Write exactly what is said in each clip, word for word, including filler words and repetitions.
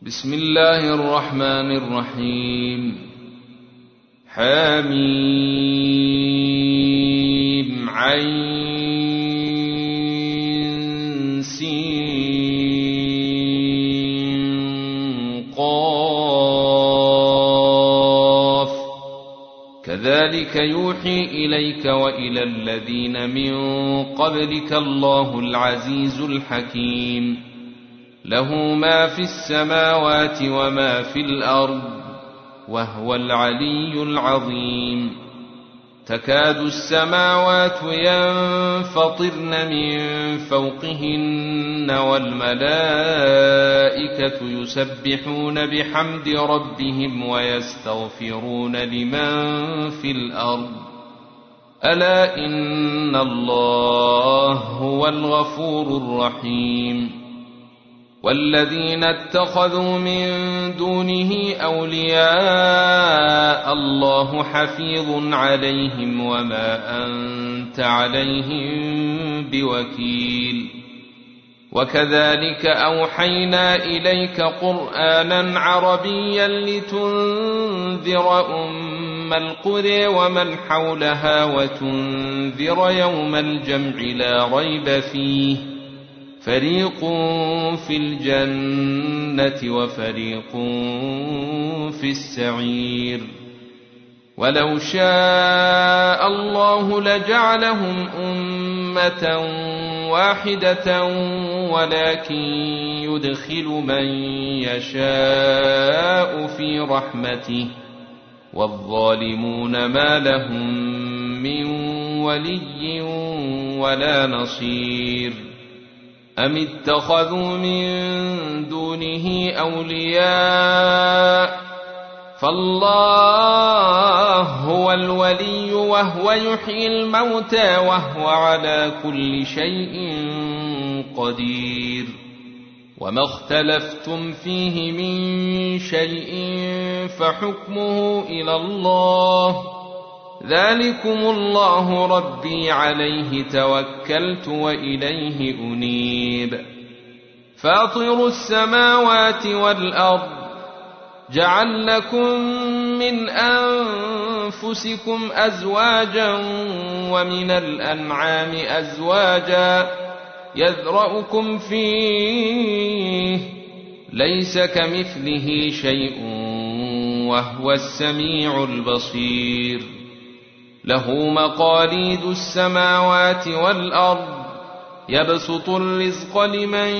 بسم الله الرحمن الرحيم. حميم عين سين قاف كذلك يوحي إليك وإلى الذين من قبلك الله العزيز الحكيم. له ما في السماوات وما في الأرض وهو العلي العظيم. تكاد السماوات ينفطرن من فوقهن والملائكة يسبحون بحمد ربهم ويستغفرون لمن في الأرض ألا إن الله هو الغفور الرحيم. والذين اتخذوا من دونه أولياء الله حفيظ عليهم وما أنت عليهم بوكيل. وكذلك أوحينا إليك قرآنا عربيا لتنذر أم القرى ومن حولها وتنذر يوم الجمع لا ريب فيه فريق في الجنة وفريق في السعير. ولو شاء الله لجعلهم أمة واحدة ولكن يدخل من يشاء في رحمته والظالمون ما لهم من ولي ولا نصير. أم اتخذوا من دونه أولياء فالله هو الولي وهو يحيي الموتى وهو على كل شيء قدير. وما اختلفتم فيه من شيء فحكمه إلى الله ذلكم الله ربي عليه توكلت وإليه أنيب. فاطر السماوات والأرض جعل لكم من أنفسكم أزواجا ومن الأنعام أزواجا يذرأكم فيه ليس كمثله شيء وهو السميع البصير. له مقاليد السماوات والأرض يبسط الرزق لمن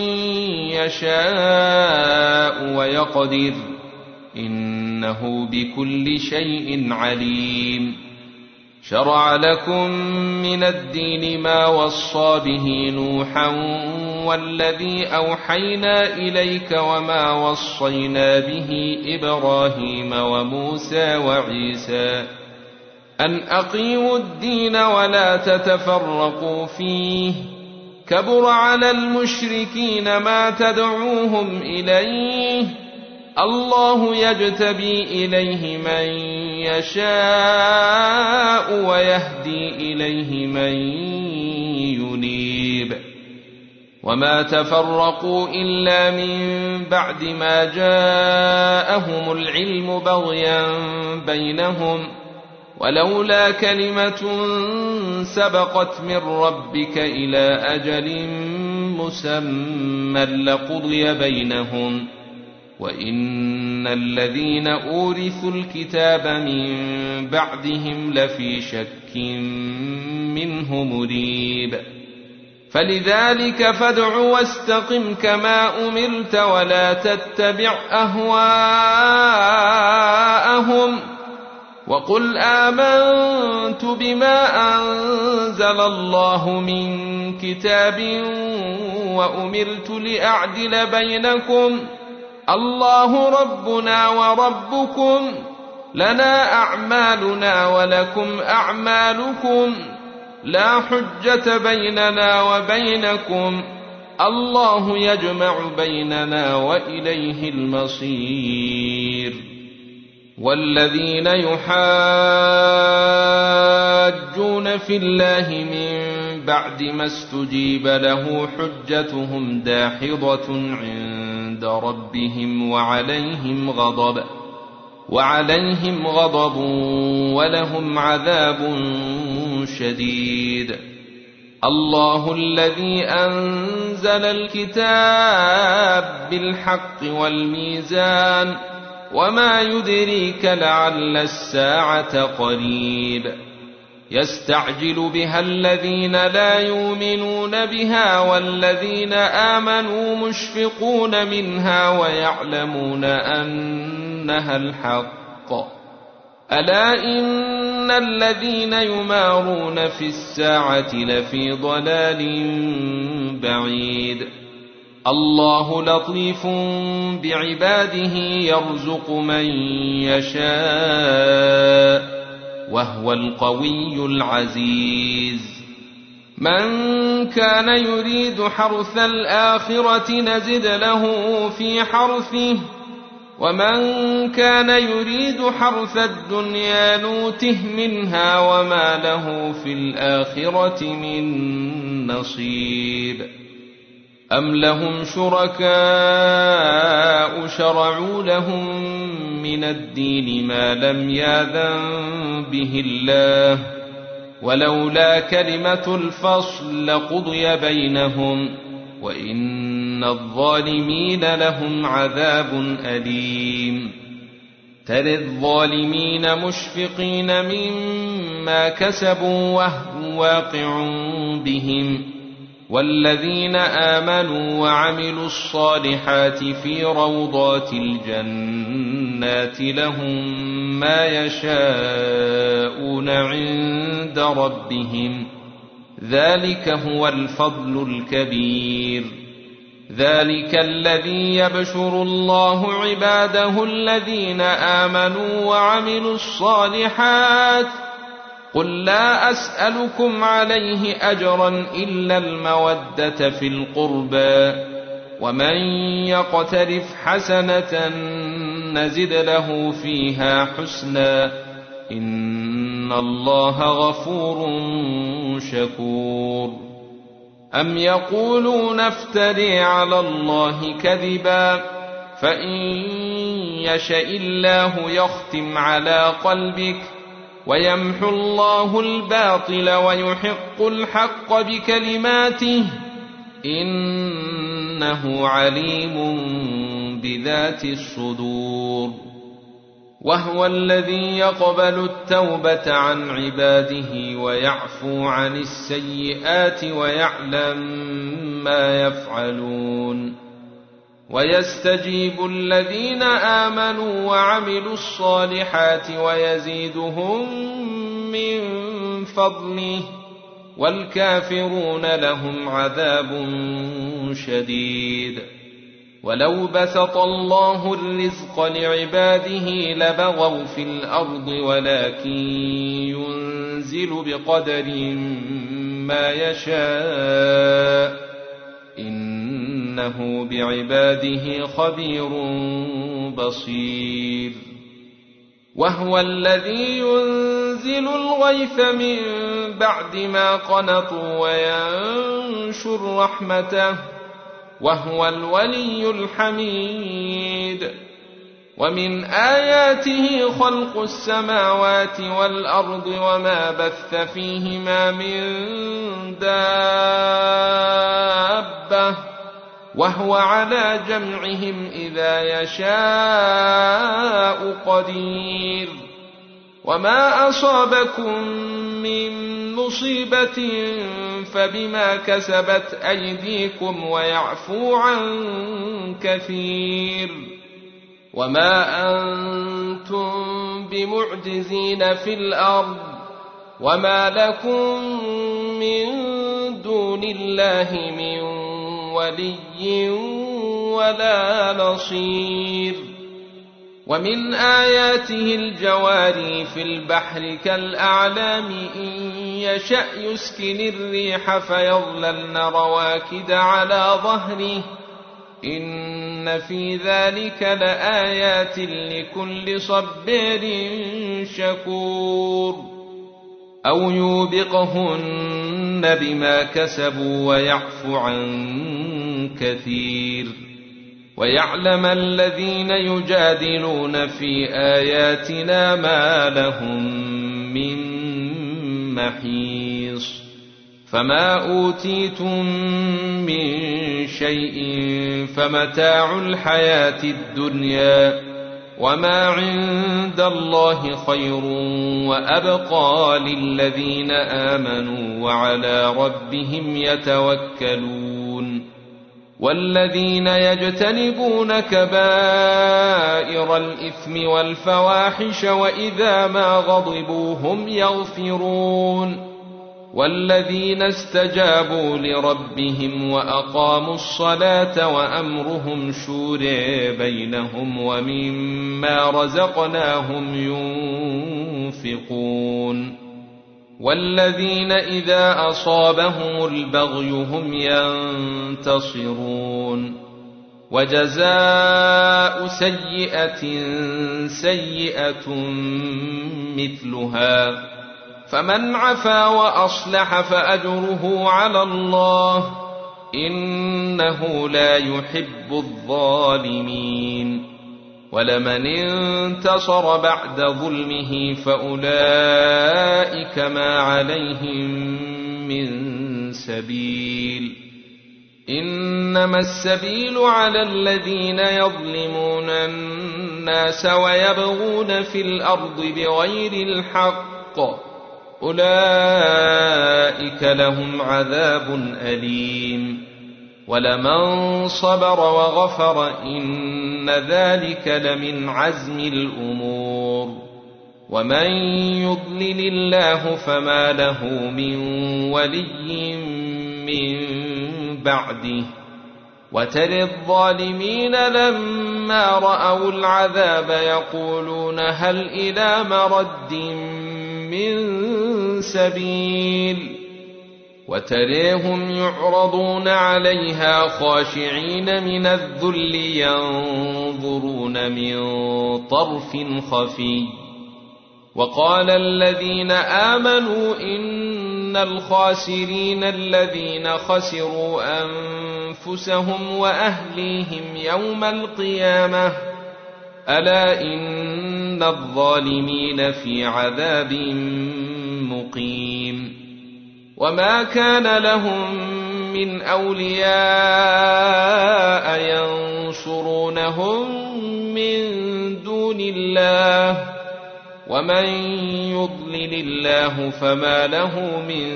يشاء ويقدر إنه بكل شيء عليم. شرع لكم من الدين ما وصى به نوحا والذي أوحينا إليك وما وصينا به إبراهيم وموسى وعيسى أن أقيموا الدين ولا تتفرقوا فيه كبر على المشركين ما تدعوهم إليه الله يجتبي إليه من يشاء ويهدي إليه من ينيب. وما تفرقوا إلا من بعد ما جاءهم العلم بغيا بينهم ولولا كلمة سبقت من ربك إلى أجل مسمى لقضي بينهم وإن الذين أورثوا الكتاب من بعدهم لفي شك منه مريب. فلذلك فادع واستقم كما أمرت ولا تتبع أهواءهم وقل آمنت بما أنزل الله من كتاب وأمرت لأعدل بينكم الله ربنا وربكم لنا أعمالنا ولكم أعمالكم لا حجة بيننا وبينكم الله يجمع بيننا وإليه المصير. والذين يحاجون في الله من بعد ما استجيب له حجتهم داحضة عند عند ربهم وعليهم غضب وعليهم غضب ولهم عذاب شديد. الله الذي أنزل الكتاب بالحق والميزان وما يدريك لعل الساعة قريب. يستعجل بها الذين لا يؤمنون بها والذين آمنوا مشفقون منها ويعلمون أنها الحق. ألا إن الذين يمارون في الساعة لفي ضلال بعيد. الله لطيف بعباده يرزق من يشاء وهو القوي العزيز. من كان يريد حرث الآخرة نزد له في حرثه ومن كان يريد حرث الدنيا نوته منها وما له في الآخرة من نصيب. أم لهم شركاء شرعوا لهم من الدين ما لم يأذن به الله ولولا كلمة الفصل لقضي بينهم وإن الظالمين لهم عذاب أليم. ترى الظالمين مشفقين مما كسبوا وهو واقع بهم والذين آمنوا وعملوا الصالحات في روضات الجنات لهم ما يشاءون عند ربهم ذلك هو الفضل الكبير. ذلك الذي يبشر الله عباده الذين آمنوا وعملوا الصالحات قل لا أسألكم عليه أجرا إلا المودة في القربى ومن يقترف حسنة نزد له فيها حسنا إن الله غفور شكور. أم يقولون افتري على الله كذبا فإن يشاء الله يختم على قلبك ويمحو الله الباطل ويحق الحق بكلماته إنه عليم بذات الصدور. وهو الذي يقبل التوبة عن عباده ويعفو عن السيئات ويعلم ما يفعلون ويستجيب الذين آمنوا وعملوا الصالحات ويزيدهم من فضله والكافرون لهم عذاب شديد. ولو بسط الله الرزق لعباده لبغوا في الأرض ولكن ينزل بقدر ما يشاء إنه بعباده خبير بصير. وهو الذي ينزل الغيث من بعد ما قنطوا وينشر رحمته وهو الولي الحميد. ومن آياته خلق السماوات والأرض وما بث فيهما من دابة وهو على جمعهم إذا يشاء قدير. وما أصابكم من مصيبة فبما كسبت أيديكم ويعفو عن كثير. وما أنتم بمعجزين في الأرض وما لكم من دون الله من ولي ولا نصير. ومن آياته الجواري في البحر كالأعلام إن يشأ يسكن الريح فيظللن رواكد على ظهره إن في ذلك لآيات لكل صبار شكور. أو يوبقهن بما كسبوا ويعفو عن كثير. ويعلم الذين يجادلون في آياتنا ما لهم من محيص فما أوتيتم من شيء فمتاع الحياة الدنيا وما عند الله خير وأبقى للذين آمنوا وعلى ربهم يتوكلون والذين يجتنبون كبائر الإثم والفواحش وإذا ما غضبوا هم يغفرون والذين استجابوا لربهم وأقاموا الصلاة وأمرهم شورى بينهم ومما رزقناهم ينفقون والذين إذا أصابهم البغي هم ينتصرون وجزاء سيئة سيئة مثلها فمن عفا وأصلح فأجره على الله إنه لا يحب الظالمين ولمن انتصر بعد ظلمه فأولئك ما عليهم من سبيل إنما السبيل على الذين يظلمون الناس ويبغون في الأرض بغير الحق أولئك لهم عذاب أليم ولمن صبر وغفر إن ذلك لمن عزم الأمور ومن يضلل الله فما له من ولي من بعده وترى الظالمين لما رأوا العذاب يقولون هل إلى مرد من سبيل وتريهم يعرضون عليها خاشعين من الذل ينظرون من طرف خفي وقال الذين آمنوا إن الخاسرين الذين خسروا أنفسهم وأهليهم يوم القيامة ألا إن الظالمين في عذاب مقيم وما كان لهم من أولياء ينصرونهم من دون الله ومن يضلل الله فما له من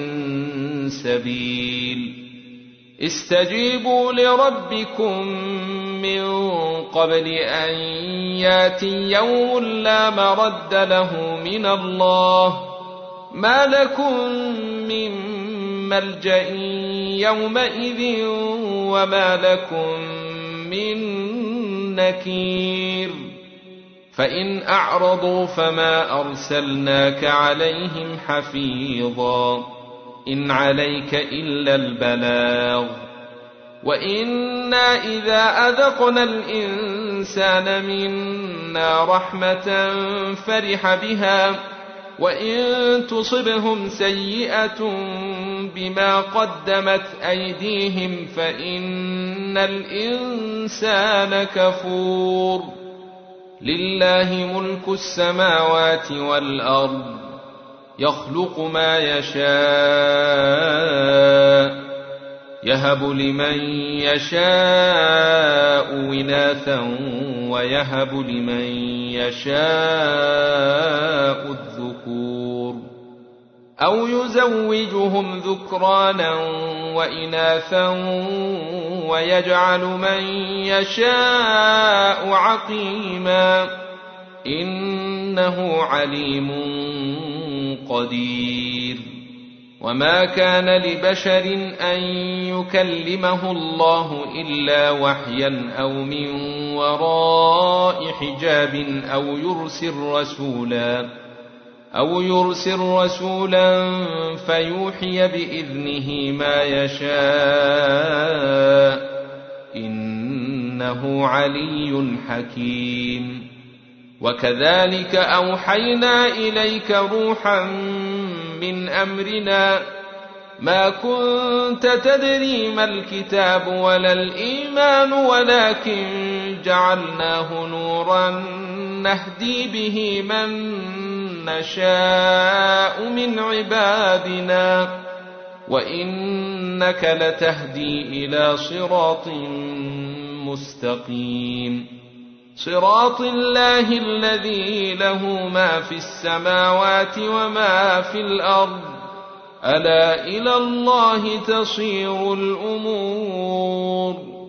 سبيل استجيبوا لربكم من قبل أن ياتي يوم لا مرد له من الله ما لكم من ملجأ يومئذ وما لكم من نكير فإن أعرضوا فما أرسلناك عليهم حفيظا إن عليك إلا البلاغ وإنا إذا أذقنا الإنسان منا رحمة فرح بها وإن تصبهم سيئة بما قدمت أيديهم فإن الإنسان كفور لله ملك السماوات والأرض يخلق ما يشاء يهب لمن يشاء إناثا ويهب لمن يشاء الذكور أو يزوجهم ذكرانا وإناثا ويجعل من يشاء عقيما إنه عليم قدير وما كان لبشر أن يكلمه الله إلا وحيا أو من وراء حجاب أو يرسل رسولا أو يرسل رسولا فيوحي بإذنه ما يشاء إنه علي حكيم وكذلك أوحينا إليك روحا من أمرنا ما كنت تدري ما الكتاب ولا الإيمان ولكن جعلناه نورا نهدي به من نشاء من عبادنا وإنك لتهدي إلى صراط مستقيم صراط الله الذي له ما في السماوات وما في الأرض ألا إلى الله تصير الأمور